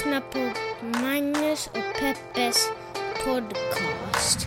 lyssnar på Magnus och Peppes podcast.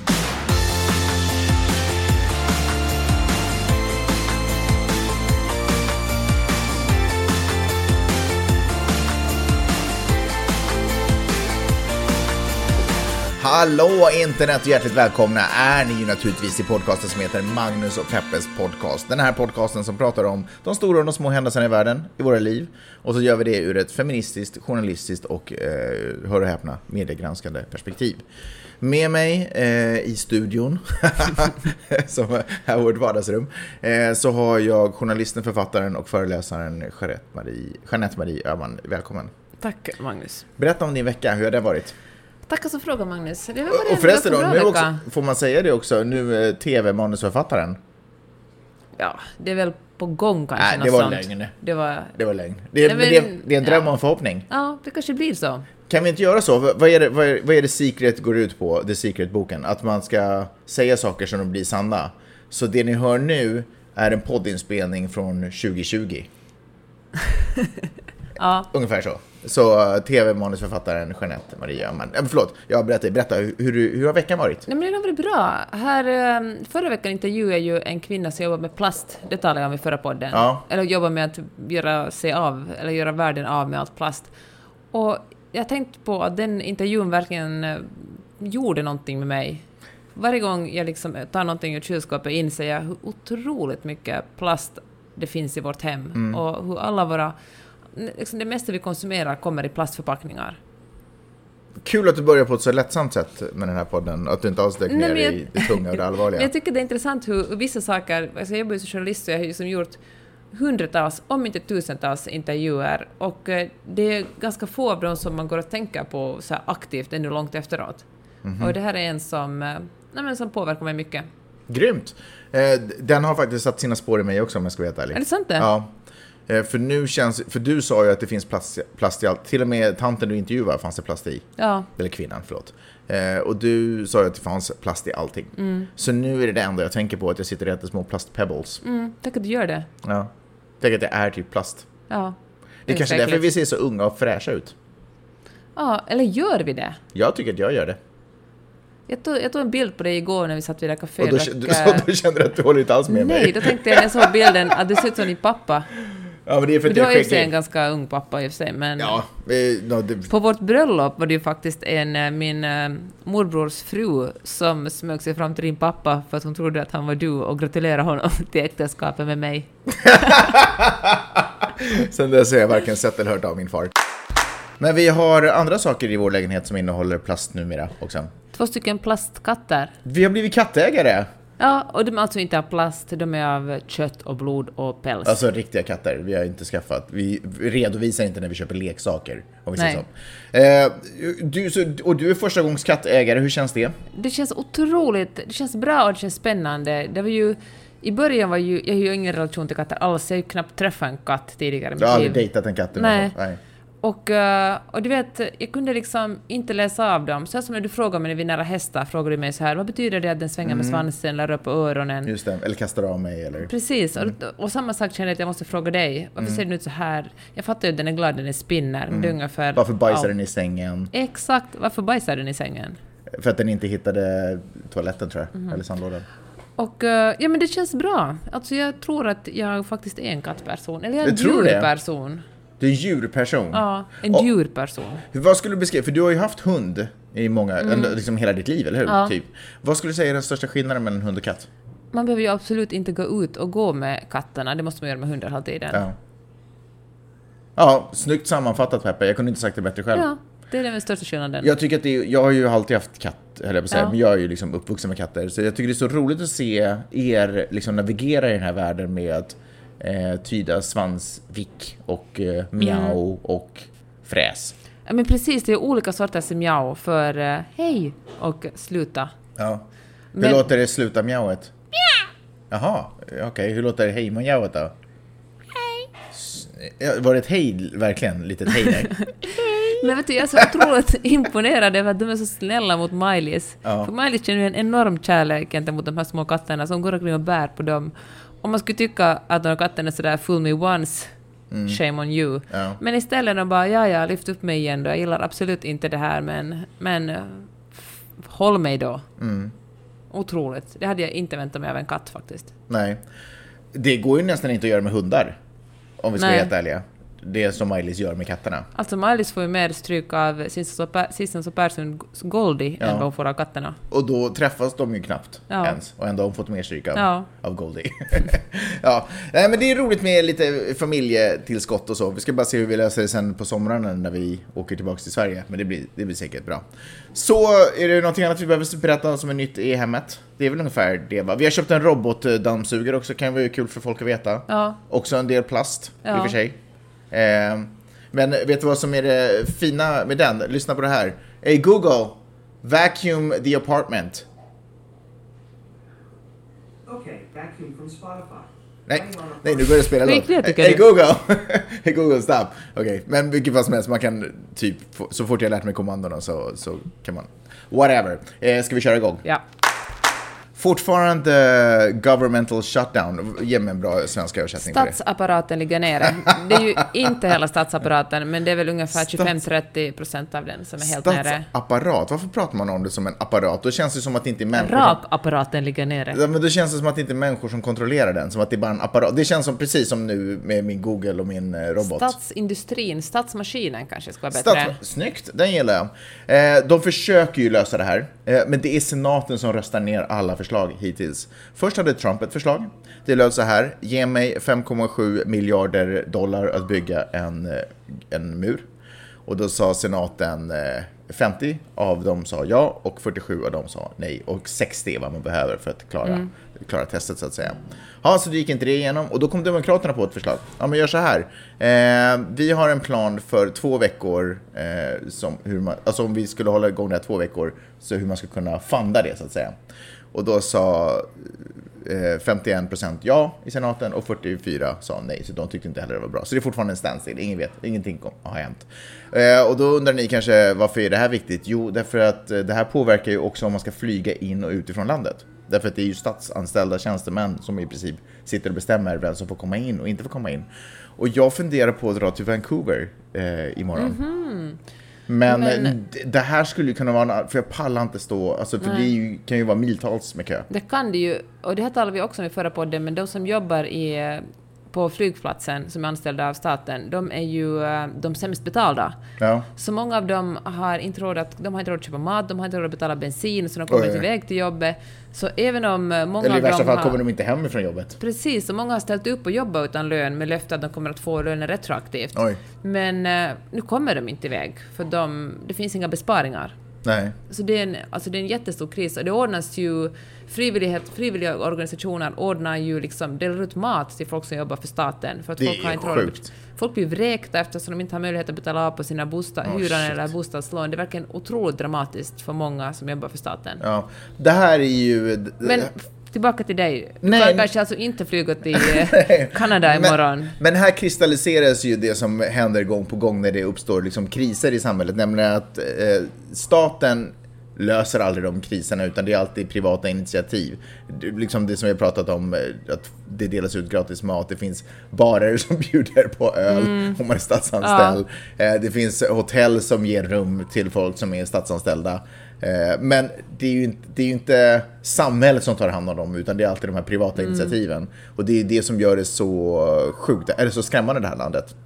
Hallå internet, hjärtligt välkomna är ni ju naturligtvis till podcasten som heter Magnus och Peppes podcast. Den här podcasten som pratar om de stora och de små händelserna i världen, i våra liv. Och så gör vi det ur ett feministiskt, journalistiskt och, hör och häpna, mediegranskande perspektiv. Med mig i studion, som är vårt vardagsrum, så har jag journalisten, författaren och föreläsaren Jeanette Marie Öhman. Välkommen. Tack Magnus. Berätta om din vecka, hur har det varit? Tack så fråga Magnus. Det och förresten då, nu också, får man säga det också, nu tv-manusförfattaren. Ja, det är väl på gång kanske. Nej, det var lögn. Det var lögn. Det är en dröm och en förhoppning. Ja, det kanske blir så. Kan vi inte göra så? Vad är det Secret går ut på, The Secret-boken? Att man ska säga saker som de blir sanna. Så det ni hör nu är en poddinspelning från 2020. Ja. Ungefär så. Så tv-manusförfattaren Jeanette Marie Öhman. Förlåt, jag berätta hur har veckan varit? Nej, men det har varit bra. Förra veckan intervjuade jag ju en kvinna som jobbar med plast. Det talade jag om i förra podden. Ja. Eller jobbar med att göra världen av med allt plast. Och jag tänkte på att den intervjun verkligen gjorde någonting med mig. Varje gång jag liksom tar någonting ur kylskåpet inser jag hur otroligt mycket plast det finns i vårt hem. Och hur alla våra... Liksom det mesta vi konsumerar kommer i plastförpackningar. Kul att du börjar på ett så lättsamt sätt med den här podden. Att du inte alls lägger ner i det tunga och det allvarliga. Men jag tycker det är intressant hur vissa saker... Alltså jag jobbar ju som journalist och jag har ju gjort hundratals, om inte tusentals intervjuer. Och det är ganska få av dem som man går att tänka på så här aktivt ännu långt efteråt. Och det här är en som påverkar mig mycket. Grymt! Den har faktiskt satt sina spår i mig också, om jag ska veta ärligt. Är det sant det? Ja. För du sa ju att det finns plast i allt. Till och med tanten du intervjuade fanns det plast i. Ja. Eller kvinnan, förlåt. Och du sa ju att det fanns plast i allting. Så nu är det enda jag tänker på, att jag sitter och äter små plastpebbles. Tack att du gör det. Ja. Tänk att det är typ plast. Ja. Det är kanske därför vi ser så unga och fräscha ut. Ja, eller gör vi det? Jag tycker att jag gör det. Jag tog en bild på dig igår när vi satt vid det kaféet. Och då kände du att du håller inte alls med mig. Nej, då tänkte jag när jag såg bilden att du ser ut som din pappa. Ja, men det är för att du har ju skäggig. en ganska ung pappa i och för sig, men ja, på vårt bröllop var det ju faktiskt min morbrors fru som smög sig fram till din pappa för att hon trodde att han var du och gratulerade honom till äktenskapet med mig. Sen dess har jag varken sett eller hört av min far. Men vi har andra saker i vår lägenhet som innehåller plast numera också. 2 stycken plastkatter. Vi har blivit kattägare. Ja, och de är alltså inte av plast, de är av kött och blod och päls. Alltså riktiga katter, vi har inte skaffat. Vi redovisar inte när vi köper leksaker, om vi säger så. Du är första gångs kattägare, hur känns det? Det känns otroligt, det känns bra och det känns spännande. Det var ju, i början var jag har ju ingen relation till katter alls, jag har ju knappt träffat en katt tidigare. Jag har aldrig dejtat en katt. Nej. Och du vet, jag kunde liksom inte läsa av dem. Så som när du frågar mig när vi är nära hästar, frågar du mig så här, vad betyder det att den svänger med svansen eller upp på öronen? Just det, eller kastar av mig. Eller... Precis, och samma sak känner jag att jag måste fråga dig. Varför ser den ut så här? Jag fattar ju att den är glad, den är spinner. Men det är ungefär, varför bajsar den i sängen? Exakt, varför bajsar den i sängen? För att den inte hittade toaletten, tror jag. Eller sandlådan. Och ja, men det känns bra. Alltså jag tror att jag faktiskt är en kattperson. Eller jag är en djurperson. Du är en djurperson? Ja, en djurperson. Vad skulle du beskriva? För du har ju haft hund i många, liksom hela ditt liv, eller hur? Ja. Typ. Vad skulle du säga är den största skillnaden mellan hund och katt? Man behöver ju absolut inte gå ut och gå med katterna. Det måste man göra med hundar hela tiden. Ja, snyggt sammanfattat, Peppe. Jag kunde inte sagt det bättre själv. Ja, det är den största skillnaden. Jag tycker att jag har ju alltid haft katt, höll jag på att säga, men jag är ju liksom uppvuxen med katter. Så jag tycker det är så roligt att se er liksom navigera i den här världen med att tyda svansvick och miau och fräs. Ja, men precis, det är olika sorters miau för hej och sluta. Ja. Hur låter det sluta miauet? Jaha, okej. Hur låter hej miauet då? Hej. Var det ett hej, verkligen? Litet hej där? Men vet du, jag är så otroligt imponerad över att de är så snälla mot Miley's. Ja. För Miley känner ju en enorm kärlek gentemot de här små katterna som går omkring och bär på dem. Om man skulle tycka att de katterna är sådär fool me once, shame on you. Ja. Men istället de bara, jag lyft upp mig igen då, jag gillar absolut inte det här, men håll mig då. Otroligt. Det hade jag inte väntat mig av en katt faktiskt. Nej. Det går ju nästan inte att göra med hundar, om vi ska vara Nej. helt ärliga. Det som Maj-Lis gör med katterna. Alltså Maj-Lis får ju mer stryk av Sissan så Persson Goldie än vad hon får av katterna. Och då träffas de ju knappt ens. Och ändå har hon fått mer stryk av Goldie. Ja. Nej, men det är roligt med lite familjetillskott och så. Vi ska bara se hur vi löser det sen på sommaren när vi åker tillbaka till Sverige. Men det blir säkert bra. Så är det någonting annat vi behöver berätta som är nytt i hemmet? Det är väl ungefär det, va? Vi har köpt en robotdammsugare också. Kan vara kul för folk att veta. Ja. Också en del plast i och för sig. Men vet du vad som är det fina med den? Lyssna på det här. Hey Google, vacuum the apartment. Okay, vacuum from Spotify. Nej, nu börjar det spela låt. Hey Google, hey Google, stop. Okej, men vilket fall som helst, man kan typ, så fort jag lärt mig kommandona så kan man, whatever. Ska vi köra igång? Ja. Fortfarande governmental shutdown. Ge mig en bra svenska översättning på det. Statsapparaten ligger nere. Det är ju inte hela statsapparaten, men det är väl ungefär 25-30% av den som är helt nere. Statsapparat? Varför pratar man om det som en apparat? Då känns det som att det inte är människor. Rakapparaten ligger nere. Ja, men då känns det som att det inte är människor som kontrollerar den. Som att det är bara en apparat. Det känns som precis som nu med min Google och min robot. Statsindustrin, statsmaskinen kanske ska vara bättre. Snyggt, den gillar jag. De försöker ju lösa det här. Men det är senaten som röstar ner alla förslag hittills. Först hade Trump ett förslag. Det löd så här: ge mig 5,7 miljarder dollar att bygga en mur. Och då sa senaten 50 av dem sa ja och 47 av dem sa nej. Och 60 är vad man behöver för att klara testet så att säga. Ja, så det gick inte det igenom. Och då kom Demokraterna på ett förslag. Ja, men gör så här. Vi har en plan för 2 veckor. Alltså om vi skulle hålla igång det här 2 veckor. Så hur man ska kunna funda det så att säga. Och då sa 51% ja i senaten och 44 sa nej. Så de tyckte inte heller det var bra. Så det är fortfarande en standstill. Ingenting har hänt. Och då undrar ni kanske, varför är det här viktigt? Jo, därför att det här påverkar ju också om man ska flyga in och ut ifrån landet. Därför att det är ju statsanställda tjänstemän som i princip sitter och bestämmer vem som får komma in och inte får komma in. Och jag funderar på att dra till Vancouver imorgon. Mm-hmm. Men det här skulle ju kunna vara, för jag pallar inte stå, alltså för det kan ju vara miltals med kö. Det kan det ju, och det här talade vi också om i förra podden, men de som jobbar på flygplatsen som är anställda av staten, de är ju de sämst betalda. Ja. Så många av dem har inte råd att köpa mat, de har inte råd att betala bensin, så de kommer inte iväg till jobbet. Så även om många eller i värsta fall har, kommer de inte hem från jobbet. Precis, och många har ställt upp och jobbat utan lön med löfte att de kommer att få lönen retroaktivt. Oj. Men nu kommer de inte iväg, för det finns inga besparingar. Nej. Så det är en jättestor kris, och det ordnas ju frivilliga organisationer ordnar ju delar ut mat till folk som jobbar för staten, för att det folk har inte råd. Folk blir vräkta eftersom de inte har möjlighet att betala av på sina hyran eller bostadslån. Det är verkligen otroligt dramatiskt för många som jobbar för staten. Ja, det här är ju... Men tillbaka till dig. Du kan kanske alltså inte flyga till Kanada imorgon. Men här kristalliseras ju det som händer gång på gång när det uppstår kriser i samhället. Nämligen att staten löser aldrig de kriserna, utan det är alltid privata initiativ. Det som vi har pratat om, att det delas ut gratis mat, det finns barer som bjuder på öl om man är statsanställd. Ja. Det finns hotell som ger rum till folk som är statsanställda. Men det är ju inte samhället som tar hand om dem, utan det är alltid de här privata initiativen. Och det är det som gör det så sjukt, eller så skrämmande det här landet.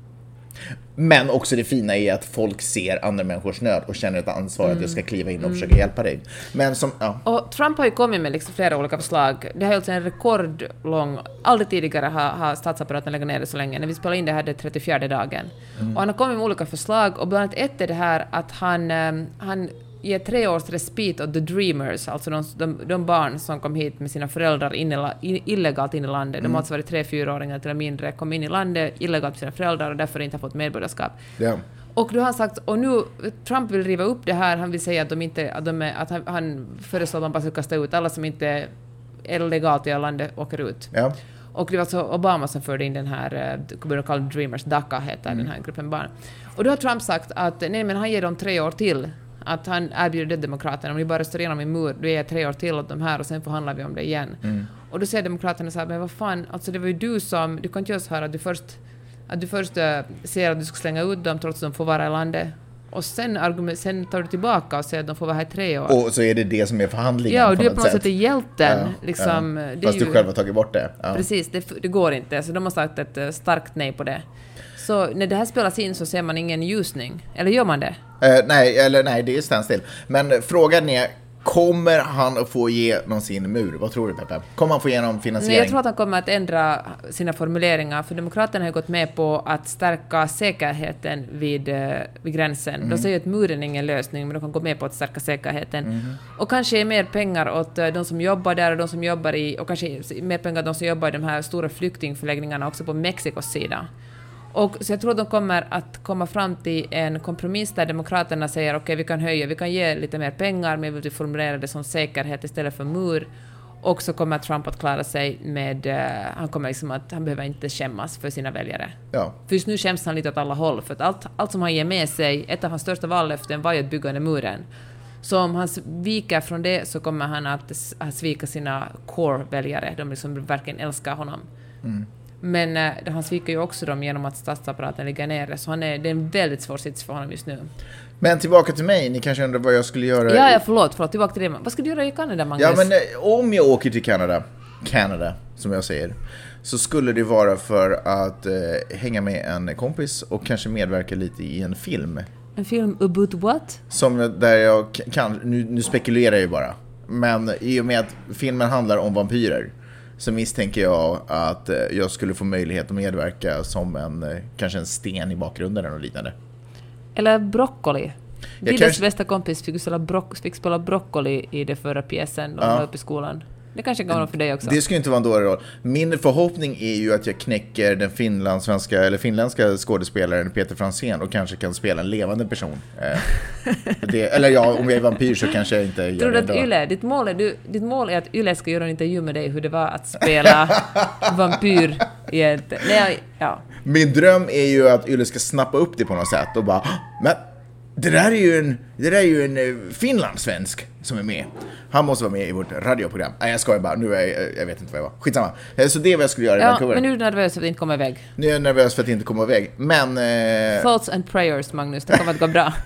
Men också det fina är att folk ser andra människors nöd och känner ett ansvar att jag ska kliva in och försöka hjälpa dig. Men Och Trump har ju kommit med flera olika förslag. Det har ju en rekordlång... Aldrig tidigare har statsapparaten legat ner så länge. När vi spelade in det här det 34:e dagen. Och han har kommit med olika förslag, och bland annat ett är det här att han ger 3 års respit åt the dreamers, alltså de barn som kom hit med sina föräldrar illegalt in i landet. De har alltså varit 3-4-åringar till mindre, kom in i landet illegalt med sina föräldrar och därför inte har fått medborgarskap. Yeah. Och då har han sagt, och nu Trump vill riva upp det här, han vill säga att han föreslår att man bara ska kasta ut alla som inte är legalt i landet åker ut. Yeah. Och det var alltså Obama som förde in den här, kallad Dreamers, DACA heter den här gruppen barn. Och då har Trump sagt att nej, men han ger dem 3 år till. Att han erbjuder Demokraterna, om ni bara röstar igenom en mur, då är 3 år till åt de här och sen förhandlar vi om det igen. Och då säger Demokraterna så här, men vad fan, alltså det var ju du kan inte göra så här att du först Att du först säger att du ska slänga ut dem trots att de får vara i landet. Och sen tar du tillbaka och säger att de får vara här 3 år. Och så är det som är förhandlingen. Ja, och du är på något sätt hjälten. Liksom, det fast är du själv har tagit bort det. Ja. Precis, det går inte. Så de har sagt ett starkt nej på det. Så när det här spelas in så ser man ingen ljusning. Eller gör man det? Nej, det är standstill. Men frågan är, kommer han att få igenom sin mur? Vad tror du, Peppe? Kommer han få igenom finansiering? Nej, jag tror att han kommer att ändra sina formuleringar. För Demokraterna har gått med på att stärka säkerheten vid gränsen. De säger att muren är ingen lösning, men de kan gå med på att stärka säkerheten. Och kanske mer pengar åt de som jobbar där och de som jobbar i... Och kanske mer pengar åt de som jobbar i de här stora flyktingförläggningarna också på Mexikos sida. Och så jag tror att de kommer att komma fram till en kompromiss där Demokraterna säger okej, vi kan ge lite mer pengar, men vi vill formulera det som säkerhet istället för mur. Och så kommer Trump att klara sig med, han kommer liksom att han behöver inte skämmas för sina väljare. Ja. För just nu skäms han lite åt alla håll, för att allt som han ger med sig, ett av hans största vallöften var ju att bygga den muren. Så om han viker från det så kommer han att svika sina core-väljare, de liksom verkligen älskar honom. Men han sviker ju också dem genom att statsapparaten ligger nere. Så det är en väldigt svår sits för honom just nu. Men tillbaka till mig. Ni kanske undrar vad jag skulle göra. Ja, förlåt. Tillbaka till det. Vad ska du göra i Kanada, Magnus? Ja, men om jag åker till Kanada, som jag säger, så skulle det vara för att hänga med en kompis och kanske medverka lite i en film. En film about what? Där jag kan... Nu spekulerar jag ju bara. Men i och med att filmen handlar om vampyrer, så misstänker jag att jag skulle få möjlighet att medverka som kanske en sten i bakgrunden eller något liknande. Eller broccoli. Dilles bästa kompis fick spela broccoli i det förra pjäsen de var uppe i skolan. Det kanske kan vara för dig också. Det skulle inte vara en dålig roll. Min förhoppning är ju att jag knäcker den finländska skådespelaren Peter Franzén och kanske kan spela en levande person. Om jag är vampyr så kanske jag inte gör det. Tror du att ditt mål är att Yle ska göra en intervju med dig hur det var att spela vampyr i ett... Ja. Min dröm är ju att Yle ska snappa upp det på något sätt och bara, men det där är ju en finlandssvensk som är med. Han måste vara med i vårt radioprogram. Nej, jag skojar bara. Jag vet inte vad jag var. Skitsamma. Så det är vad jag skulle göra i Vancouver. Men nu är du nervös för att inte komma iväg. Nu är jag nervös för att inte komma iväg. Men... Thoughts and prayers, Magnus. Det kommer att gå bra.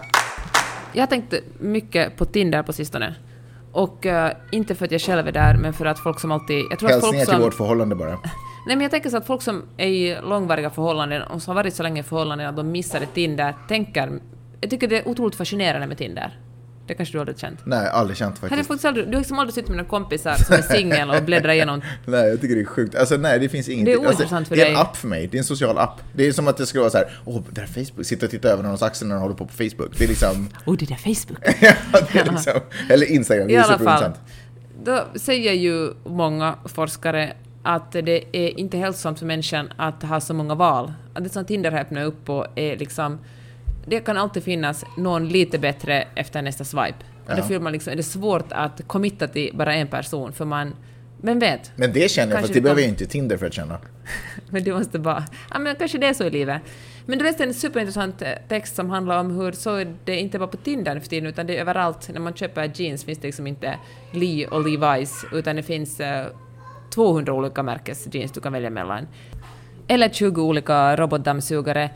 Jag har tänkt mycket på Tinder på sistone. Och inte för att jag själv är där, men för att folk som alltid... Hälsningar till vårt förhållande bara. Nej, men jag tänker så att folk som är i långvariga förhållanden och som har varit så länge i förhållanden att de missade Tinder, jag tycker det är otroligt fascinerande med Tinder. Det kanske du aldrig känt. Nej, aldrig känt faktiskt. Du har liksom aldrig suttit med några kompisar som är singel och bläddrar igenom. Nej, jag tycker det är sjukt. Alltså nej, det finns ingenting. Det är ointressant för dig. dig. Det är en app för mig. Det är en social app. Det är som att jag skulle vara så här, det där Facebook. Sitta och titta över någons axel när de håller på Facebook. Det är liksom... det där Facebook. Ja, det är liksom... Eller Instagram. I alla fall. Då säger ju många forskare att det är inte hälsosamt för människan att ha så många val. Att det som Tinder öppnar upp på är liksom... Det kan alltid finnas någon lite bättre efter nästa swipe. Och därför är det svårt att committa till bara en person, för men vet. Men det känner jag, för det behöver jag inte Tinder för att känna. Men du måste bara... Ja, men kanske det är så i livet. Men det är en superintressant text som handlar om hur så är det inte bara på Tinder för tiden, utan det är överallt. När man köper jeans finns det liksom inte Lee och Levi's, utan det finns 200 olika märkes jeans du kan välja mellan. Eller 20 olika robotdammsugare.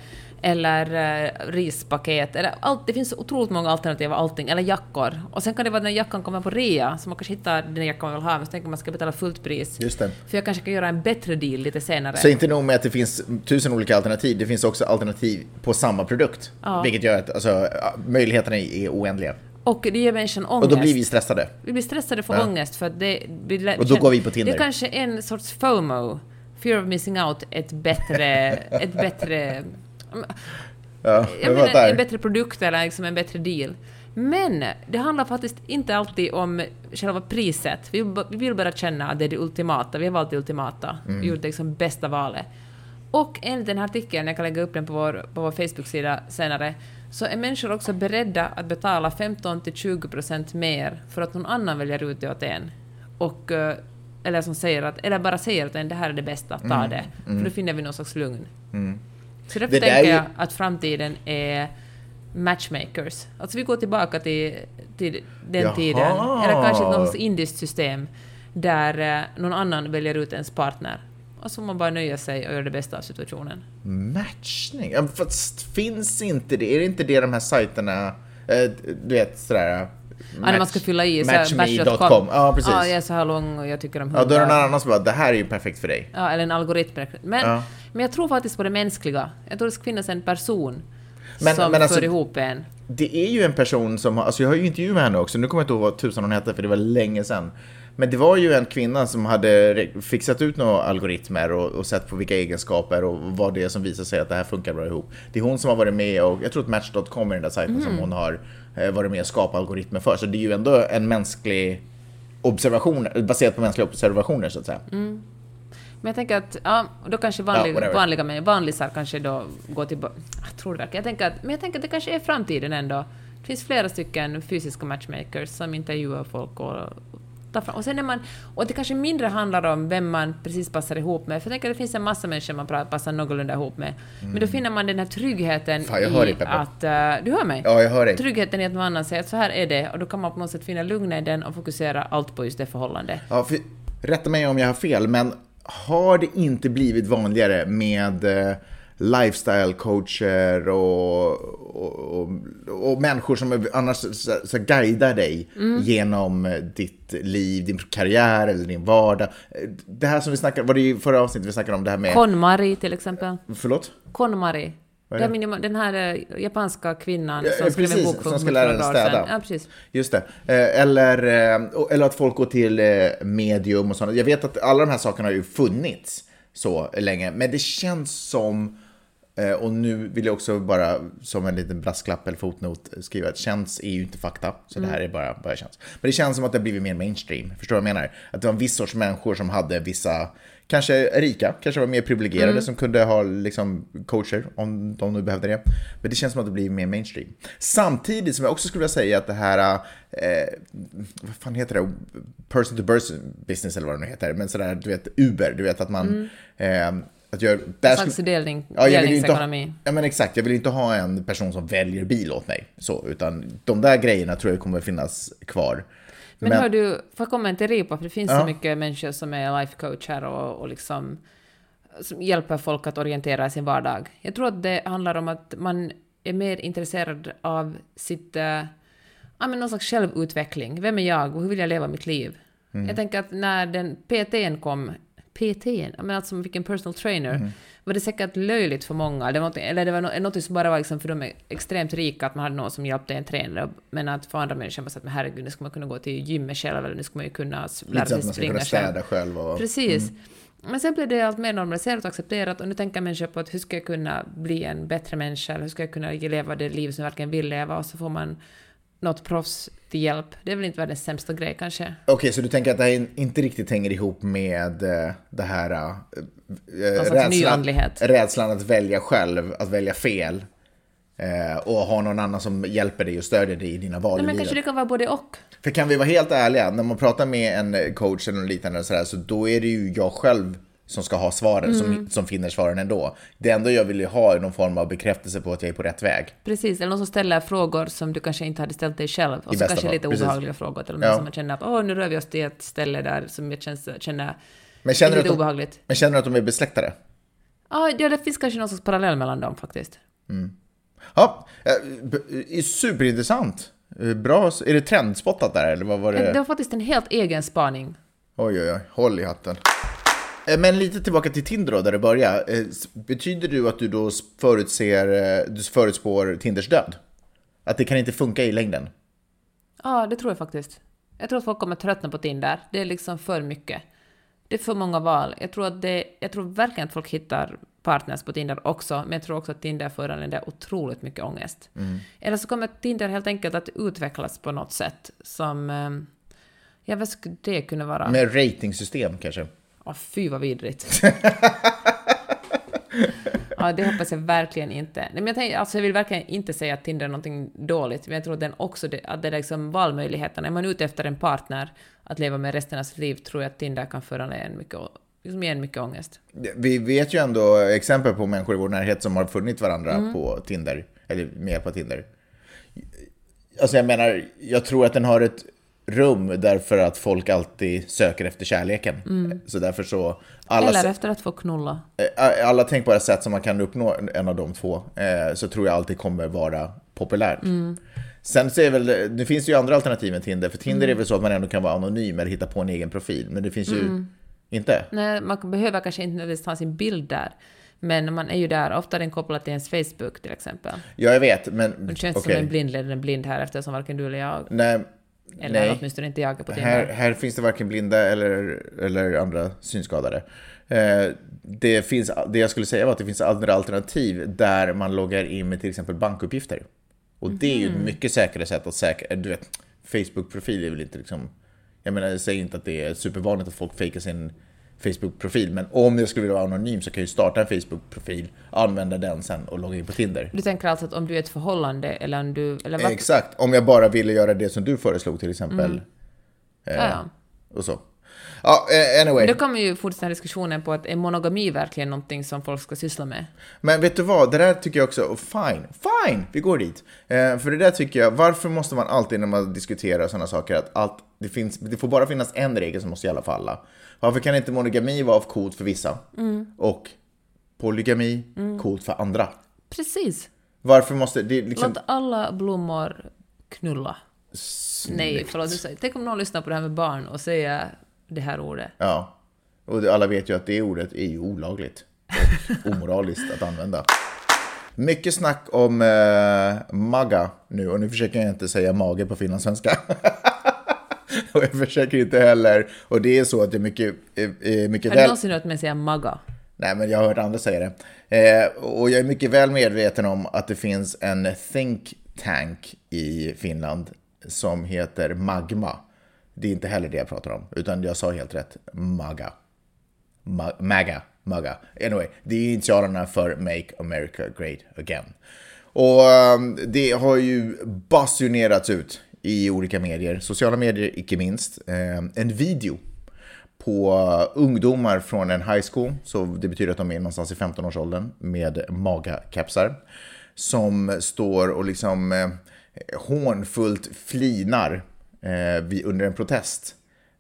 Eller rispaket, eller allt. Det finns otroligt många alternativ av allting, eller jackor. Och sen kan det vara att den jackan kommer på rea, så man kanske hittar den jackan man vill ha, men så tänker man ska betala fullt pris. Just det. För jag kanske kan göra en bättre deal lite senare. Så inte nog med att det finns 1000 olika alternativ, det finns också alternativ på samma produkt. Ja. Vilket gör att möjligheterna är oändliga. Och det ger människan ångest. Och då blir vi stressade. Vi blir stressade för ångest, för att och då går vi på Tinder. Det är kanske en sorts FOMO, fear of missing out, ett bättre en bättre produkt eller liksom en bättre deal. Men det handlar faktiskt inte alltid om själva priset. Vi vill bara känna att det är det ultimata. Vi har valt det ultimata. Vi gjorde liksom bästa valet. Och enligt den här artikeln, jag kan lägga upp den på vår Facebook-sida senare, så är människor också beredda att betala 15-20% mer för att någon annan väljer ut det åt en. Och eller som säger att, eller bara säger att det här är det bästa, ta det. För då finner vi någon slags lugn. Så därför tänker jag att framtiden är matchmakers. Alltså vi går tillbaka till den tiden. Eller kanske något indiskt system där någon annan väljer ut ens partner. Och så får man bara nöja sig och göra det bästa av situationen. Matchning? Ja, fast finns inte det? Är det inte det de här sajterna, du vet sådär... när man ska fylla i matchme.com. Ja, precis. Ja, jag är så här lång och jag tycker om hundar. Ja, då är det någon annan som bara, det här är ju perfekt för dig. Ja, eller en algoritm. Men jag tror faktiskt på det mänskliga. Jag tror det ska finnas en person som alltså, för ihop en. Det är ju en person som, alltså jag har ju intervjuat med henne också, nu kommer jag inte ihåg vad tusan hon hette för det var länge sedan. Men det var ju en kvinna som hade fixat ut några algoritmer och sett på vilka egenskaper och vad det är som visar sig att det här funkar bra ihop. Det är hon som har varit med och jag tror att Match.com är den där sajten som hon har varit med och skapat algoritmer för. Så det är ju ändå en mänsklig observation, baserat på mänskliga observationer så att säga. Men jag tänker att, då kanske vanlisar kanske då går till, jag tror det verkar. Jag tänker att det kanske är framtiden ändå. Det finns flera stycken fysiska matchmakers som intervjuar folk och ta fram. Och sen och det kanske mindre handlar om vem man precis passar ihop med. För jag tänker att det finns en massa människor man passar någorlunda ihop med. Men då finner man den här tryggheten i att... du hör mig? Ja, jag hör dig. Tryggheten i att någon annan säger att så här är det. Och då kan man på något sätt finna lugn i den och fokusera allt på just det förhållandet. Ja, rätta mig om jag har fel, men har det inte blivit vanligare med lifestyle coacher och människor som annars så guidar dig genom ditt liv, din karriär eller din vardag? Det här som vi snackade, var det i förra avsnittet vi snackade om det här med... KonMari till exempel. Förlåt? KonMari. Den här japanska kvinnan som skrev en bok som ska lära dig städa. Ja, precis. Just det. Eller att folk går till medium och sånt. Jag vet att alla de här sakerna har ju funnits så länge. Men det känns som, och nu vill jag också bara som en liten brasklapp eller fotnot skriva att känns är ju inte fakta. Så det här är bara känns. Men det känns som att det har blivit mer mainstream. Förstår du vad jag menar? Att det var en viss sorts människor som hade vissa... Kanske rika, kanske var mer privilegierade som kunde ha liksom coacher om de nu behövde det. Men det känns som att det blir mer mainstream. Samtidigt som jag också skulle vilja säga att det här, vad fan heter det? Person to person business eller vad det nu heter. Men sådär, du vet, Uber, du vet att man... att jag, delningsekonomi. Ja, men exakt, jag vill inte ha en person som väljer bil åt mig. Så, utan de där grejerna tror jag kommer att finnas kvar. Men hör du, för att komma en teori på, för det finns så mycket människor som är life coacher och liksom som hjälper folk att orientera sin vardag. Jag tror att det handlar om att man är mer intresserad av sitt, någon slags självutveckling. Vem är jag och hur vill jag leva mitt liv? Jag tänker att när den PT:n kom, alltså vilken personal trainer, var det säkert löjligt för många. Det var något som bara var liksom för de är extremt rika att man hade någon som hjälpte en tränare. Men att för andra människor var så att men herregud, nu ska man kunna gå till gymmet själv eller nu ska man ju kunna lära sig springa själv. Precis. Men sen blev det allt mer normaliserat och accepterat och nu tänker människor på att hur ska jag kunna bli en bättre människa eller hur ska jag kunna leva det liv som jag verkligen vill leva och så får man något proffs till hjälp. Det är väl inte världens sämsta grej kanske. Okej, så du tänker att det här inte riktigt hänger ihop med det här rädslan att välja själv, att välja fel och ha någon annan som hjälper dig och stödjer dig i dina val i livet. Men kanske det kan vara både och. För kan vi vara helt ärliga, när man pratar med en coach eller liknande så då är det ju jag själv som ska ha svaren, som finner svaren ändå. Det enda jag vill ha är någon form av bekräftelse på att jag är på rätt väg. Precis, eller någon som ställer frågor som du kanske inte hade ställt dig själv. Och så kanske lite obehagliga frågor till och med som man känner att nu rör vi oss till ett ställe där som jag känner lite obehagligt. Men känner du att de är besläktade? Ja, det finns kanske någon sorts parallell mellan dem faktiskt. Ja, superintressant. Bra, är det trendspottat där eller vad var det? Det var faktiskt en helt egen spaning. Oj, håll i hatten. Men lite tillbaka till Tinder då, där det börjar. Betyder det att du då förutspår Tinders död? Att det kan inte funka i längden? Ja, det tror jag faktiskt. Jag tror att folk kommer tröttna på Tinder. Det är liksom för mycket. Det är för många val. Jag tror verkligen att folk hittar partners på Tinder också. Men jag tror också att Tinder föranleder otroligt mycket ångest. Eller så kommer Tinder helt enkelt att utvecklas på något sätt. Som... vad skulle det kunna vara? Med ratingsystem kanske? Fy vad vidrigt. Ja, det hoppas jag verkligen inte. Nej, men jag vill verkligen inte säga att Tinder är någonting dåligt. Men jag tror att det är liksom valmöjligheterna. Är man ute efter en partner att leva med resten av sitt liv tror jag att Tinder kan föra en mycket ångest. Vi vet ju ändå exempel på människor i vår närhet som har funnit varandra på Tinder. Eller med på Tinder. Alltså jag menar, jag tror att den har ett rum därför att folk alltid söker efter kärleken. Så därför så... Eller efter att få knulla. Alla tänkbara sätt som man kan uppnå en av de två så tror jag alltid kommer vara populärt. Sen så är väl, det finns ju andra alternativ än Tinder. För Tinder är väl så att man ändå kan vara anonym eller hitta på en egen profil. Men det finns ju inte. Nej, man behöver kanske inte nödvändigtvis ha sin bild där. Men man är ju där, ofta är den kopplad till ens Facebook till exempel. Ja, jag vet, men... Det känns som en blind här eftersom varken du eller jag... Nej. Eller åtminstone inte jag är på Tinder. Här finns det varken blinda eller andra synskadade. Det jag skulle säga var att det finns andra alternativ där man loggar in med till exempel bankuppgifter. Och det är ju ett mycket säkrare sätt att säkra... Du vet, Facebook-profil är väl inte liksom... Jag menar, jag säger inte att det är supervanligt att folk fejkar sin Facebook-profil. Men om jag skulle vilja vara anonym så kan jag ju starta en Facebook-profil, använda den sen och logga in på Tinder. Du tänker alltså att om du är ett förhållande eller om du... Eller vad? Exakt, om jag bara ville göra det som du föreslog till exempel. Och så. Ja, anyway. Men då kommer ju fortsätta diskussionen på att är monogami verkligen någonting som folk ska syssla med? Men vet du vad, det där tycker jag också, fine, vi går dit. För det där tycker jag, varför måste man alltid när man diskuterar sådana saker att det får bara finnas en regel som måste gälla för alla. Varför kan inte monogami vara coolt för vissa och polygami coolt för andra? Precis. Varför måste det liksom... Låt alla blommor knulla. Nej, förlåt. Tänk om någon lyssnar på det här med barn och säger det här ordet. Ja, och alla vet ju att det ordet är ju olagligt och omoraliskt att använda. Mycket snack om maga nu, och nu försöker jag inte säga mage på finlandssvenska. Och jag försöker inte heller, och det är så att jag mycket väl... Har du någonsin hört mig säga maga? Nej, men jag har hört andra säga det. Och jag är mycket väl medveten om att det finns en think tank i Finland som heter Magma. Det är inte heller det jag pratar om, utan jag sa helt rätt. MAGA. Anyway, det är initialerna för Make America Great Again. Och det har ju basunerats ut i olika medier, sociala medier icke minst, en video på ungdomar från en high school, så det betyder att de är någonstans i 15-årsåldern med MAGA-kepsar, som står och liksom hånfullt flinar under en protest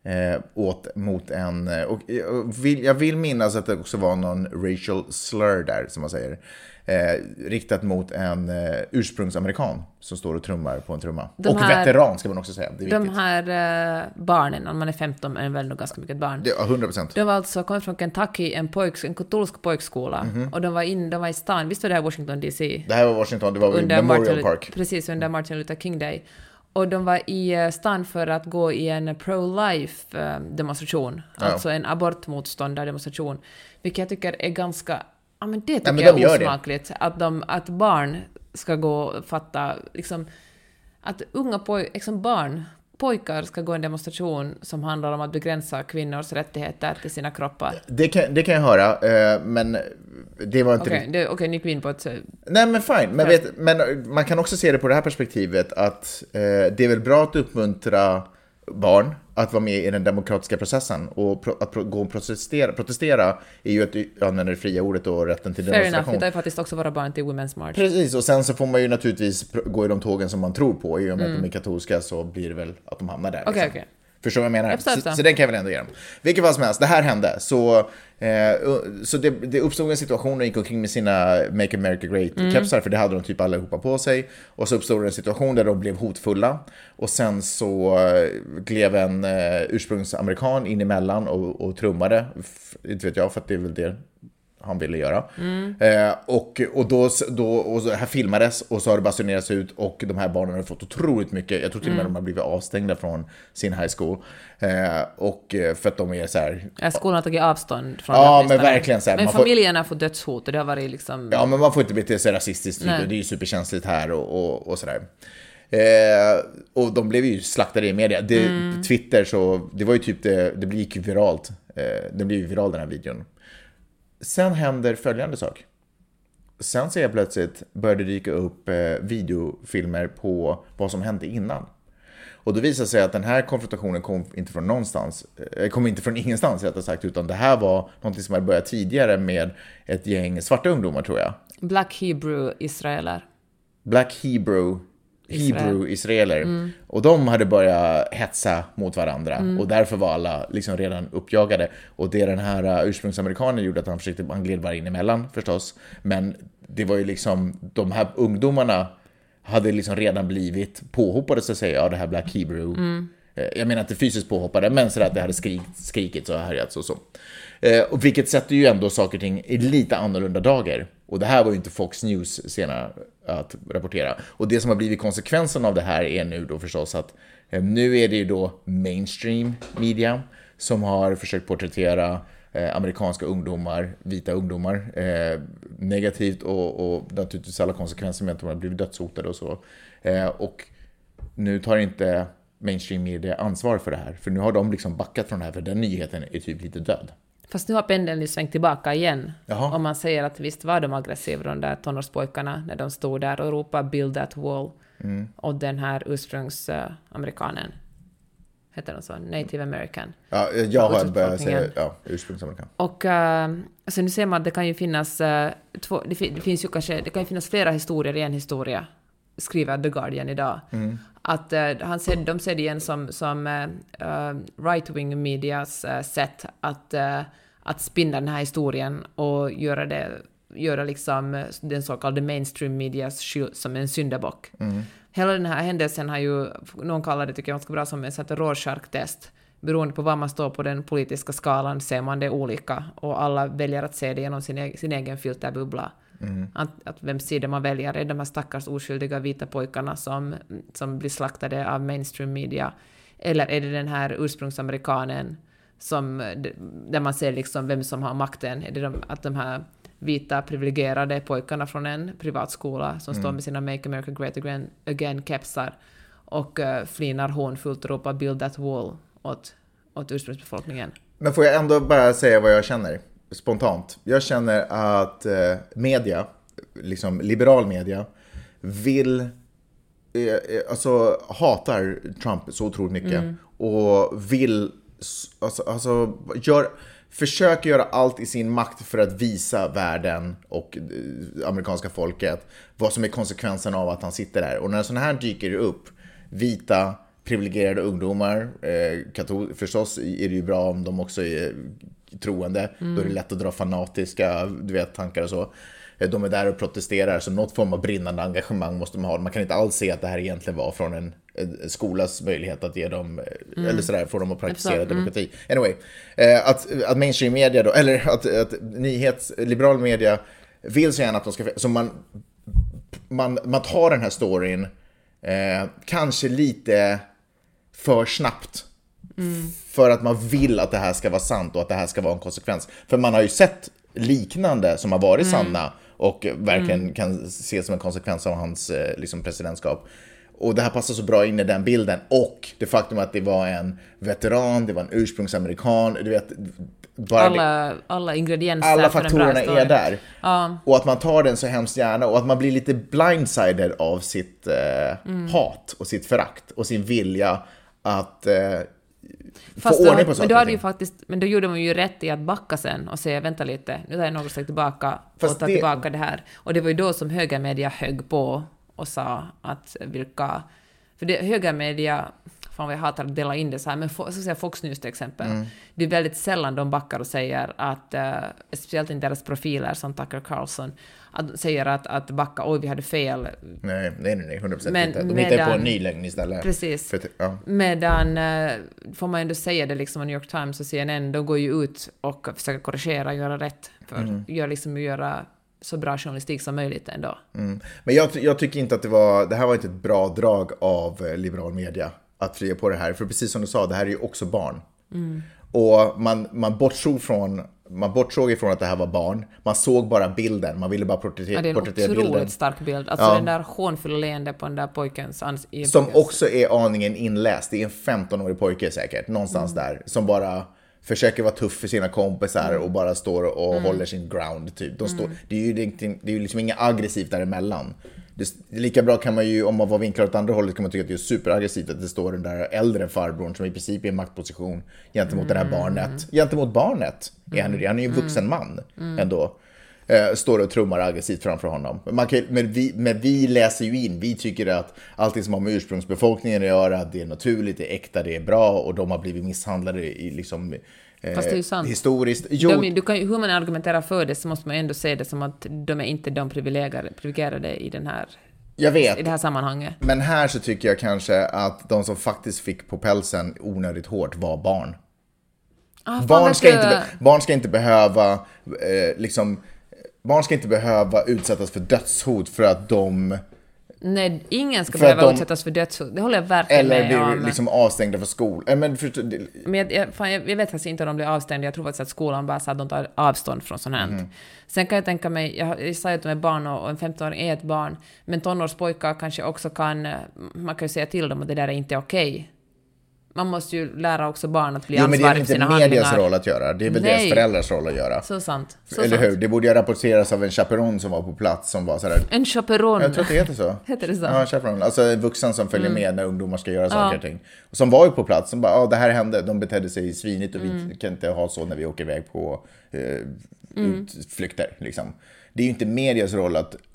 mot en, och jag vill minnas att det också var någon racial slur där, som man säger, riktat mot en ursprungsamerikan som står och trummar på en trumma. Och veteran ska man också säga. Det är de här barnen, när man är 15 är väl nog ganska mycket barn. Ja, 100%. De var alltså kommit från Kentucky, en katolsk pojkskola. Och de var i stan. Visst var det här Washington DC? Det här var Washington, det var under Memorial Park. Precis, under Martin Luther King Day. Och de var i stan för att gå i en pro-life demonstration. Alltså en abortmotståndardemonstration. Vilket jag tycker är ganska... Ja, men det tycker jag är osmakligt. Att barn ska gå och fatta... Liksom, att unga pojkar ska gå en demonstration som handlar om att begränsa kvinnors rättigheter till sina kroppar. Det kan jag höra, men det var inte... Okej, ni gick in på ett... Nej, men fine. Men man kan också se det på det här perspektivet att det är väl bra att uppmuntra barn att vara med i den demokratiska processen, och att gå och protestera är ju att använda det fria ordet och rätten till demonstration. Fair enough, det är faktiskt också vara barn till Women's March. Precis, och sen så får man ju naturligtvis gå i de tågen som man tror på. I och med att de är katolska så blir det väl att de hamnar där. Okej. Förstår vad jag menar? Så den kan jag väl ändå ge dem. Vilket fall som helst, det här hände. Så det uppstod en situation och gick omkring med sina Make America Great-kepsar, för det hade de typ allihopa på sig. Och så uppstod en situation där de blev hotfulla. Och sen så klev en ursprungsamerikan in emellan och trummade. Inte vet jag, för att det är väl det han ville göra. Och då här filmades, och så har det basunerats ut, och de här barnen har fått otroligt mycket. Jag tror till och med de har blivit avstängda från sin high school. Och för att de är så här... Skolan har tagit avstånd från det. Men verkligen så här. Men familjerna får dödshot, och det har varit liksom... Ja, men man får inte bli så rasistiskt. Det är ju superkänsligt här och sådär. Och de blev ju slaktade i media. Twitter, så det var ju typ det gick ju viralt. Det blev ju viral, den här videon. Sen händer följande sak. Sen ser jag plötsligt började dyka upp videofilmer på vad som hände innan. Och då visar sig att den här konfrontationen kom inte från någonstans. Kom inte från ingenstans, rättare sagt. Utan det här var något som hade börjat tidigare med ett gäng svarta ungdomar, tror jag. Black Hebrew israeler. Black Hebrew Hebrew-israeler. Och de hade börjat hetsa mot varandra. Och därför var alla liksom redan uppjagade. Och det den här ursprungsamerikanen gjorde att han gled bara in emellan förstås. Men det var ju liksom, de här ungdomarna hade liksom redan blivit påhoppade så att säga av det här Black Hebrew. Jag menar inte fysiskt påhoppade, men så att det hade skrikit och härjats och så. Och vilket sätter ju ändå saker och ting i lite annorlunda dagar. Och det här var ju inte Fox News senare att rapportera. Och det som har blivit konsekvensen av det här är nu då förstås att nu är det ju då mainstream media som har försökt porträttera amerikanska ungdomar, vita ungdomar negativt och naturligtvis alla konsekvenser med att de har blivit dödshotade och så. Och nu tar inte mainstream media ansvar för det här. För nu har de liksom backat från det här, för den nyheten är typ lite död. Fast nu har pendeln svängt tillbaka igen. Jaha. Om man säger att visst var de aggressiva, de där tonårspojkarna, när de stod där och ropade build that wall. Och den här ursprungsamerikanen, heter de så? Native American. Ja, jag har börjat säga ursprungsamerikan. Och alltså nu ser man att det kan ju finnas det finns ju kanske, det kan ju finnas flera historier i en historia, skriver The Guardian idag. Att de ser det igen som right-wing medias sätt att spinna den här historien och göra liksom den så kallade mainstream medias som en syndabock. Hela den här händelsen har ju, någon kallar det tycker jag ganska bra som en sån Rorschach-test. Beroende på var man står på den politiska skalan ser man det olika och alla väljer att se det genom sin egen filterbubbla. Att vem sida man väljer är de här stackars oskyldiga vita pojkarna som blir slaktade av mainstream media, eller är det den här ursprungsamerikanen där man ser liksom vem som har makten? Är det att de här vita privilegierade pojkarna från en privatskola som står med sina Make America Great Again kepsar och flinar hånfullt och ropar build that wall åt ursprungsbefolkningen? Men får jag ändå bara säga vad jag känner spontant? Jag känner att media, liksom liberal media, hatar Trump så otroligt mycket och vill försöker göra allt i sin makt för att visa världen och amerikanska folket vad som är konsekvensen av att han sitter där. Och när sådana här dyker upp, vita privilegierade ungdomar, förstås är det ju bra om de också är troende, då är det lätt att dra fanatiska tankar och så. De är där och protesterar, så något form av brinnande engagemang måste man ha. Man kan inte alls se att det här egentligen var från en skolas möjlighet att ge dem, eller sådär, få dem att praktisera demokrati. Anyway, att mainstream media då, eller att liberal media vill så gärna att de ska, så man tar den här storyn kanske lite för snabbt. För att man vill att det här ska vara sant och att det här ska vara en konsekvens. För man har ju sett liknande som har varit sanna och verkligen kan ses som en konsekvens av hans liksom presidentskap. Och det här passar så bra in i den bilden. Och det faktum att det var en veteran, det var en ursprungsamerikan, bara alla ingredienser, alla faktorerna är där. Ja. Och att man tar den så hemskt gärna och att man blir lite blindsided av sitt hat och sitt förakt och sin vilja att få ordning på saker. Men då gjorde man ju rätt i att backa sen och säga vänta lite, nu tar jag något steg tillbaka och ta tillbaka det här. Och det var ju då som högermedia högg på och sa att för det högermedia, fan vad jag hatar att dela in det så här, men så att säga Fox News till exempel, det är väldigt sällan de backar och säger att, speciellt inte deras profiler som Tucker Carlson, att säger att backa, oj vi hade fel. Nej, 100% inte. De hittar på en ny lögn istället. Precis. Medan får man ändå säga det liksom, New York Times och CNN, de går ju ut och försöker korrigera, göra rätt, för göra så bra journalistik som möjligt ändå. Men jag tycker inte att det här var inte ett bra drag av liberal media att fria på det här. För precis som du sa, det här är ju också barn. Och man bortsåg ifrån att det här var barn. Man såg bara bilden. Man ville bara porträttera bilden. Det är en otroligt stark bild. Alltså den där hånfulla leende på den där pojkens som också är aningen inläst. Det är en 15-årig pojke säkert. Någonstans där. Som bara försöker vara tuff för sina kompisar och bara står och håller sin ground typ. Det är ju liksom inget aggressivt däremellan. Lika bra kan man ju, om man var vinklar åt andra hållet, kan man tycka att det är superaggressivt att det står den där äldre farbrorn som i princip är en maktposition gentemot det här barnet. Gentemot barnet är han ju en vuxen man ändå. står och trummar aggressivt framför honom. Men vi läser ju in, vi tycker att allting som har med ursprungsbefolkningen att göra, det är naturligt, det är äkta, det är bra, och de har blivit misshandlade i liksom Fast det är ju sant. Historiskt. Hur man argumenterar för det, så måste man ändå se det som att de är inte de privilegierade i jag vet. I det här sammanhanget. Men här så tycker jag kanske att de som faktiskt fick på pälsen onödigt hårt var barn. Barn ska inte behöva barn ska inte behöva utsättas för dödshot för att de... Nej, ingen ska behöva utsättas för dödshot. Det håller jag verkligen med om. Eller blir liksom avstängda för skolan. Men jag vet faktiskt inte om de blir avstängda. Jag tror faktiskt att skolan bara sa att de tar avstånd från sånt här. Sen kan jag tänka mig, jag sa att de är barn och en 15-åring är ett barn, men tonårspojkar kanske också man kan ju säga till dem att det där är inte okej. Man måste ju lära också barn att bli ansvariga för sina handlingar. Men det är inte medias roll att göra. Det är väl deras föräldrars roll att göra. Så sant. Eller hur? Det borde ju rapporteras av en chaperon som var på plats, som var så här. En chaperon? Jag tror att det heter så. Heter det så? Ja, chaperon. Alltså en vuxen som följer med när ungdomar ska göra saker och ting. Och som var ju på plats, som bara, det här hände. De betedde sig svinigt och vi kan inte ha så när vi åker iväg på utflykter liksom. Det är ju inte medias roll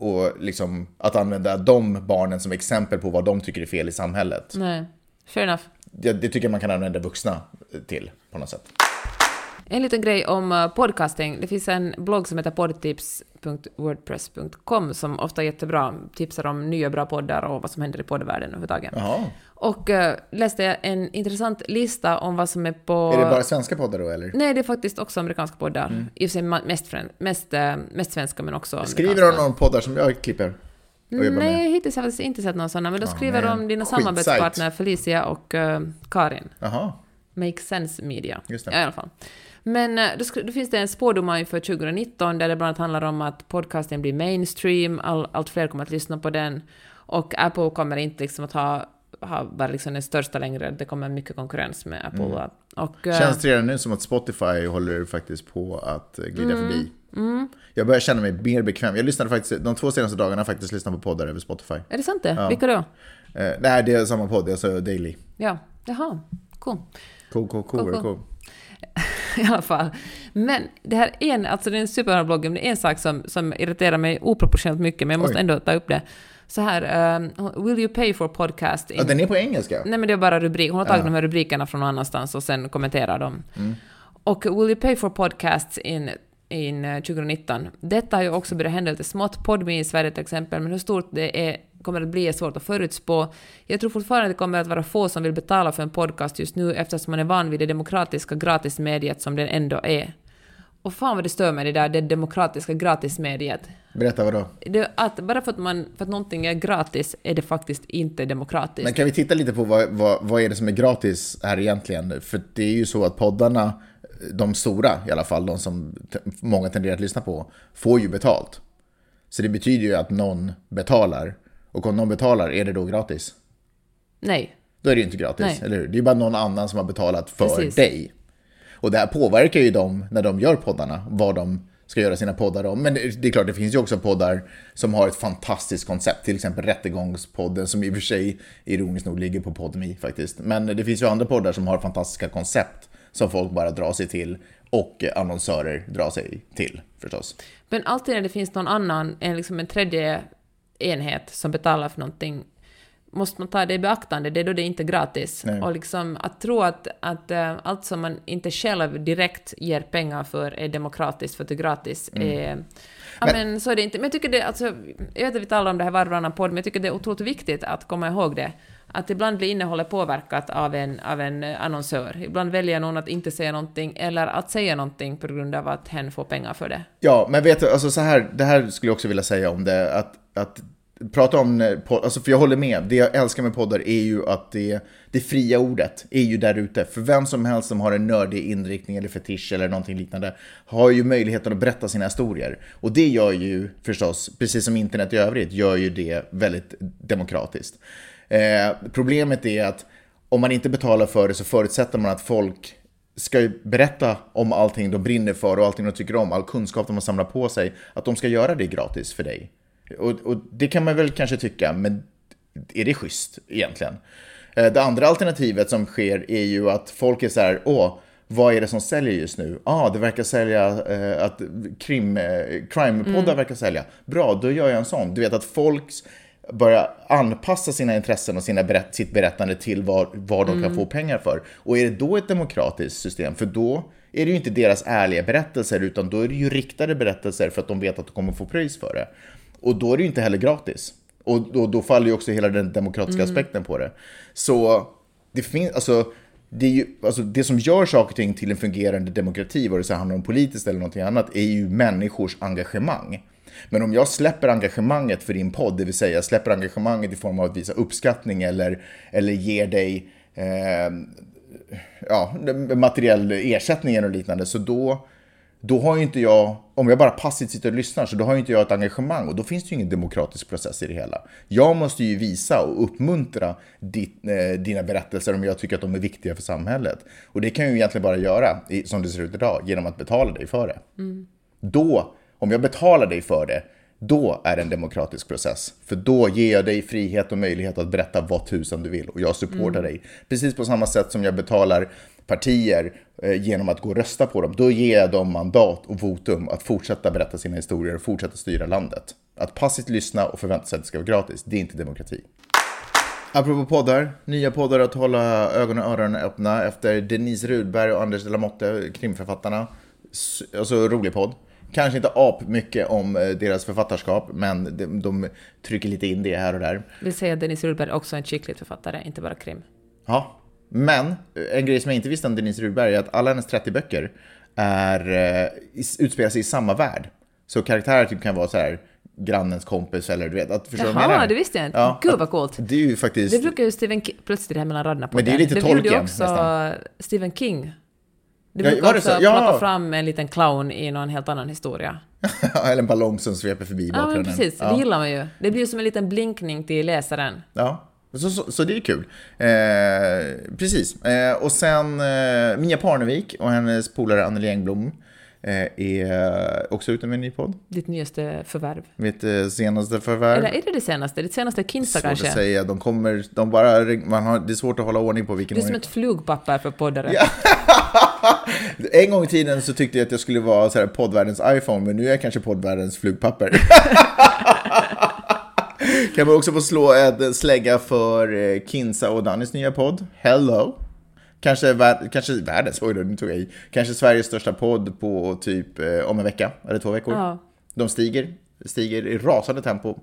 att använda de barnen som exempel på vad de tycker är fel i samhället. Nej, fair enough. Det tycker jag man kan använda vuxna till på något sätt. En liten grej om podcasting. Det finns en blogg som heter poddtips.wordpress.com som ofta är jättebra, tipsar om nya bra poddar och vad som händer i poddvärlden överhuvudtaget. Jaha. Och läste jag en intressant lista om vad som är på... Är det bara svenska poddar då, eller? Nej, det är faktiskt också amerikanska poddar. I och för sig mest svenska, men också Skriver de någon poddar som jag klipper? Nej, hittills har jag inte sett någon sådana. Men då skriver de om dina samarbetspartner Felicia och Karin. Aha. Make Sense Media. Just det. Ja, i alla fall. Men då finns det en spådom för 2019 där det bland annat handlar om att podcasten blir mainstream. Allt fler kommer att lyssna på den. Och Apple kommer inte liksom att ha bara liksom den största längre. Det kommer mycket konkurrens med Apple. Och, känns det redan nu som att Spotify håller faktiskt på att glida förbi? Jag börjar känna mig mer bekväm. Jag lyssnade faktiskt, de 2 senaste dagarna faktiskt lyssnat på poddar över Spotify. Är det sant det? Ja. Vilka då? Nej, det är samma podd, alltså Daily. Ja, jaha, cool. Cool. I alla fall. Men det här det är en superbra blogg, men det är en sak som irriterar mig oproportionellt mycket, men jag måste ändå ta upp det. Så här, will you pay for podcast? Ja, den är på engelska. Nej, men det är bara rubrik. Hon har tagit de här rubrikerna från någon annanstans och sen kommenterar dem. Och will you pay for podcasts in 2019? Detta har ju också börjat hända lite smått. Podme i Sverige till exempel, men hur stort det kommer att bli är svårt att förutspå. Jag tror fortfarande att det kommer att vara få som vill betala för en podcast just nu, eftersom man är van vid det demokratiska gratismediet som den ändå är. Och fan vad det stör mig det demokratiska gratismediet. Berätta vad då? Bara för att någonting är gratis är det faktiskt inte demokratiskt. Men kan vi titta lite på vad är det som är gratis här egentligen? För det är ju så att poddarna, de stora i alla fall, de som många tenderar att lyssna på, får ju betalt. Så det betyder ju att någon betalar. Och om någon betalar, är det då gratis? Nej. Då är det ju inte gratis, Nej. eller hur? Det är bara någon annan som har betalat för dig. Och det här påverkar ju dem när de gör poddarna, vad de ska göra sina poddar om. Men det är klart, det finns ju också poddar som har ett fantastiskt koncept. Till exempel Rättegångspodden, som i och för sig ironiskt nog ligger på Podme faktiskt. Men det finns ju andra poddar som har fantastiska koncept som folk bara drar sig till och annonsörer drar sig till förstås. Men alltid när det finns någon annan, en tredje enhet som betalar för någonting, måste man ta det i beaktande. Det är då det inte är gratis. Nej. Och liksom att tro att allt som man inte själv direkt ger pengar för är demokratiskt för att det är gratis. Men så är det inte. Men jag tycker det, alltså, jag vet att vi talar om det här varannan podd, men jag tycker det är otroligt viktigt att komma ihåg det. Att ibland blir innehållet påverkat av en annonsör. Ibland väljer någon att inte säga någonting eller att säga någonting på grund av att hen får pengar för det. Ja, men vet du, alltså så här, det här skulle jag också vilja säga om det, att prata om, alltså för jag håller med, det jag älskar med poddar är ju att det fria ordet är ju där ute. För vem som helst som har en nördig inriktning eller fetisch eller någonting liknande har ju möjligheten att berätta sina historier. Och det gör ju förstås, precis som internet i övrigt, gör ju det väldigt demokratiskt. Problemet är att om man inte betalar för det så förutsätter man att folk ska berätta om allting de brinner för och allting de tycker om, all kunskap de har samlat på sig, att de ska göra det gratis för dig. Och det kan man väl kanske tycka, men är det schysst egentligen? Det andra alternativet som sker är ju att folk är så här, vad är det som säljer just nu? Det verkar sälja att crime-poddar verkar sälja. Bra, då gör jag en sån. Du vet att folk börjar anpassa sina intressen och sitt berättande till vad de kan få pengar för. Och är det då ett demokratiskt system? För då är det ju inte deras ärliga berättelser, utan då är det ju riktade berättelser för att de vet att de kommer få pris för det. Och då är det ju inte heller gratis. Och då faller ju också hela den demokratiska aspekten på det. Så det finns, det som gör saker och ting till en fungerande demokrati, vare sig det handlar om politiskt eller något annat, är ju människors engagemang. Men om jag släpper engagemanget för din podd, det vill säga släpper engagemanget i form av att visa uppskattning eller ger dig materiell ersättning och liknande, så då har ju inte jag, om jag bara passivt sitter och lyssnar, så då har ju inte jag ett engagemang, och då finns det ju ingen demokratisk process i det hela. Jag måste ju visa och uppmuntra dina berättelser om jag tycker att de är viktiga för samhället. Och det kan jag ju egentligen bara göra, som det ser ut idag, genom att betala dig för det. Då, om jag betalar dig för det, då är det en demokratisk process. För då ger jag dig frihet och möjlighet att berätta vad tusan du vill. Och jag supportar dig. Precis på samma sätt som jag betalar partier genom att gå och rösta på dem. Då ger jag dem mandat och votum att fortsätta berätta sina historier och fortsätta styra landet. Att passivt lyssna och förvänta sig att det ska vara gratis, det är inte demokrati. Apropå poddar, nya poddar att hålla ögonen och öronen öppna efter Denise Rudberg och Anders de la Motte, krimförfattarna. Alltså rolig podd. Kanske inte mycket om deras författarskap, men de trycker lite in det här och där. Vill säga att Denise Rudberg också är en skicklig författare, inte bara krim. Ja, men en grej som jag inte visste om Denise Rudberg är att alla hennes 30 böcker utspelar sig i samma värld. Så karaktärer typ kan vara så här grannens kompis eller du vet. Jaha, det visste jag inte. Ja, gud vad coolt. Det är ju faktiskt... Det brukar ju Stephen King, plötsligt det här mellan raderna på. Men det är lite Tolkien. Det gjorde också nästan. Stephen King. Det brukar också plocka fram en liten clown i någon helt annan historia. Eller en ballong som sveper förbi bakgrunden. Ja, men precis. Det gillar man ju. Det blir som en liten blinkning till läsaren. Ja, så det är kul. Precis. Och sen Mia Parnevik och hennes polare Anneli Engblom är också ute med en ny podd. Ditt nyaste förvärv. Mitt senaste förvärv. Eller är det senaste? Ditt senaste Kinsa kanske? Svårt att säga. Det är svårt att hålla ordning på vilken... Det är som ett flugpapper för poddare. Ja. En gång i tiden så tyckte jag att jag skulle vara så här poddvärldens iPhone, men nu är jag kanske poddvärldens flugpapper. Kan man också få slå ett slägga för Kinsa och Dannys nya podd, Hello. Kanske världens, nu tog jag i. Kanske Sveriges största podd på typ om en vecka, eller 2 veckor. Ja. De stiger i rasande tempo.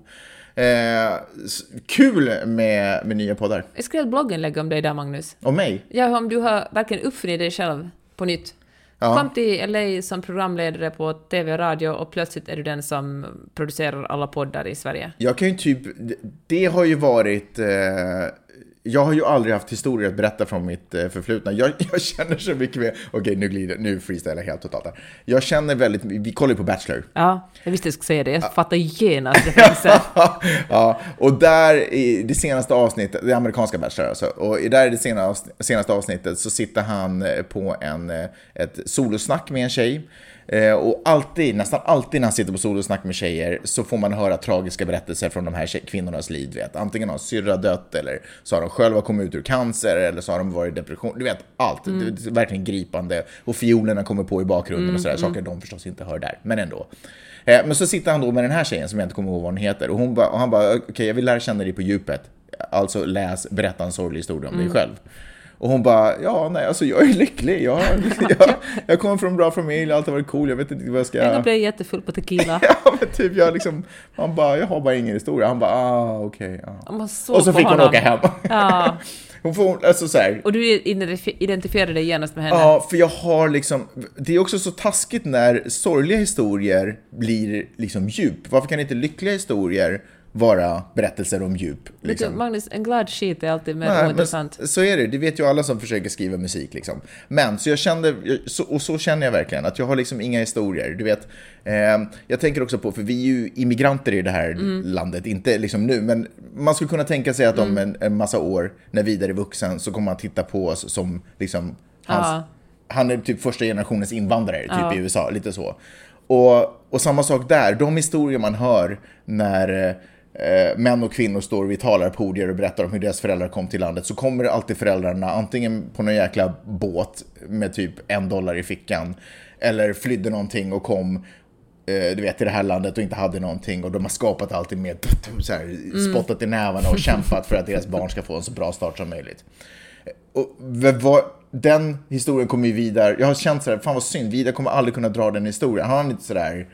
Kul med nya poddar. Jag skrev ett blogginlägg om dig där, Magnus. Om mig? Ja, om du har verkligen uppfunnit dig själv på nytt. Ja. Kom till LA som programledare på TV och radio och plötsligt är du den som producerar alla poddar i Sverige. Jag kan ju typ... Det har ju varit... Jag har ju aldrig haft historier att berätta från mitt förflutna. Jag känner så mycket med... Okej, nu freestylar jag helt totalt där. Jag känner väldigt... Vi kollar ju på Bachelor. Ja, jag visste jag skulle säga det. Jag fattar genast referensen. Ja, och där i det senaste avsnittet, det amerikanska Bachelor alltså, och där i det senaste avsnittet så sitter han på ett solosnack med en tjej. Och nästan alltid när han sitter på solosnack med tjejer så får man höra tragiska berättelser från de här kvinnornas liv, vet. Antingen har syrra dött, eller så har de själva kommit ut ur cancer, eller så har de varit i depression, du vet, allt. Det är verkligen gripande, och fiolerna kommer på i bakgrunden och sådär, saker de förstås inte hör där, men ändå. Men så sitter han då med den här tjejen som jag inte kommer ihåg vad hon heter, och han bara, okej, jag vill lära känna dig på djupet, alltså berätta en sorglig historia om dig själv. Och hon bara, alltså jag är lycklig. Jag kommer från en bra familj, allt har varit cool, jag vet inte vad jag ska göra. Jag blev jättefull på tequila. Ja, men typ han bara, jag har bara ingen historia. Han bara, okej. Ja. Och så fick hon åka hem. Ja. Hon får, alltså så här. Och du identifierade dig genast med henne? Ja, för jag har det är också så taskigt när sorgliga historier blir djup. Varför kan inte lyckliga historier vara berättelser om djup? Vet du, Magnus, en glad skit är alltid mer ointressant. Så är det vet ju alla som försöker skriva musik Men så jag kände, så känner jag verkligen att jag har inga historier, du vet. Jag tänker också på, för vi är ju immigranter i det här landet, inte nu, men man skulle kunna tänka sig att om en massa år, när vi är vuxen, så kommer man titta på oss som han är typ första generationens invandrare typ i USA, lite så. Och samma sak där, de historier man hör när män och kvinnor står vid talarpodier och berättar om hur deras föräldrar kom till landet, så kommer alltid föräldrarna antingen på någon jäkla båt med typ $1 i fickan, eller flydde någonting och kom du vet, till det här landet och inte hade någonting, och de har skapat alltid med så här, spottat i nävarna och kämpat för att deras barn ska få en så bra start som möjligt. Och den historien kommer ju vidare. Jag har känt sådär, fan vad synd, Vidar kommer aldrig kunna dra den historien. Han är inte sådär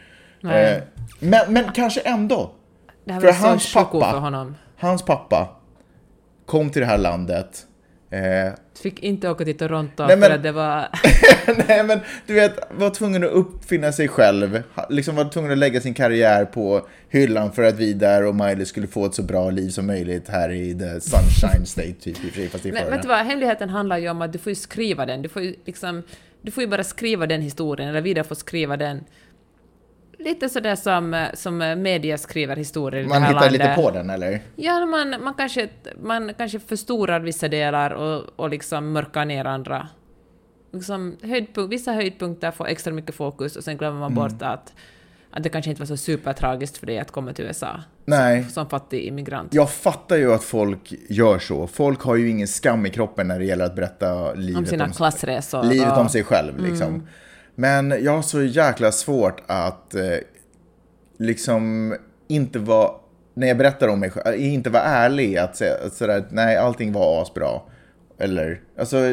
men kanske ändå. Det här för var så chocko för honom. Hans pappa kom till det här landet. Fick inte åka till Toronto. Nej, men, för att det var... nej, men du vet, var tvungen att uppfinna sig själv. Liksom var tvungen att lägga sin karriär på hyllan för att Vidar och Miley skulle få ett så bra liv som möjligt här i the Sunshine State typ. Men vet du vad, hemligheten handlar ju om att du får ju skriva den. Du får ju bara skriva den historien, eller Vidar får skriva den. Lite sådär som media skriver historier i det här landet. Man hittar lite på den, eller? Ja, man kanske förstorar vissa delar och liksom mörkar ner andra. Liksom vissa höjdpunkter får extra mycket fokus, och sen glömmer man bort att det kanske inte var så supertragiskt för dig att komma till USA. Nej. Som fattig immigrant. Jag fattar ju att folk gör så. Folk har ju ingen skam i kroppen när det gäller att berätta livet om sina klassresor. Livet om sig själv, liksom. Men jag har så jäkla svårt att liksom inte vara, när jag berättar om mig själv, inte vara ärlig att säga sådär, nej, allting var asbra. Eller, alltså,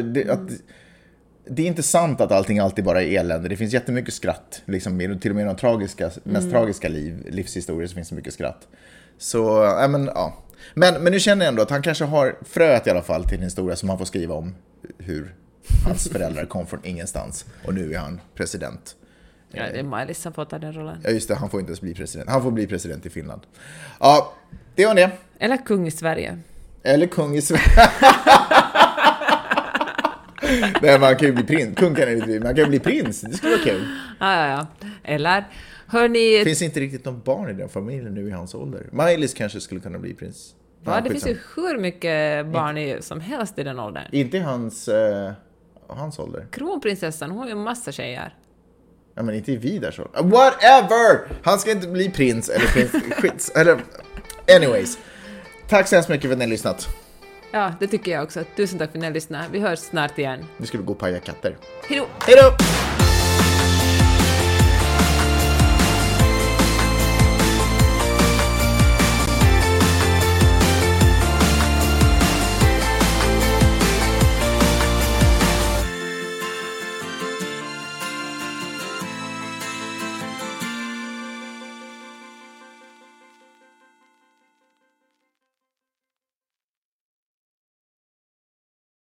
det är inte sant att allting alltid bara är elände. Det finns jättemycket skratt. Liksom, till och med de mest tragiska livshistorier så finns det mycket skratt. Så, ja. Men nu känner jag ändå att han kanske har fröet i alla fall till en historia som han får skriva om hur hans föräldrar kom från ingenstans. Och nu är han president. Ja, det är Miley som får ta den rollen. Ja, just det. Han får inte ens bli president. Han får bli president i Finland. Ja, det var det. Eller kung i Sverige. Eller kung i Sverige. Nej, man kan ju bli prins. Kung kan ju bli, man kan ju bli prins. Det skulle vara kul. Ja. Eller, hörni... Finns inte riktigt någon barn i den familjen nu i hans ålder. Miley kanske skulle kunna bli prins. Ja, det finns ju hur mycket barn som helst i den åldern. Inte i hans ålder. Kronprinsessan, hon har ju en massa tjejer. Ja, men inte i Vidars ålder. Whatever! Han ska inte bli prins eller prins. Eller, anyways. Tack så hemskt mycket för att ni har lyssnat. Ja, det tycker jag också. Tusen tack för att ni har lyssnat. Vi hörs snart igen. Nu ska vi gå och paja katter. Hej då! Hej då!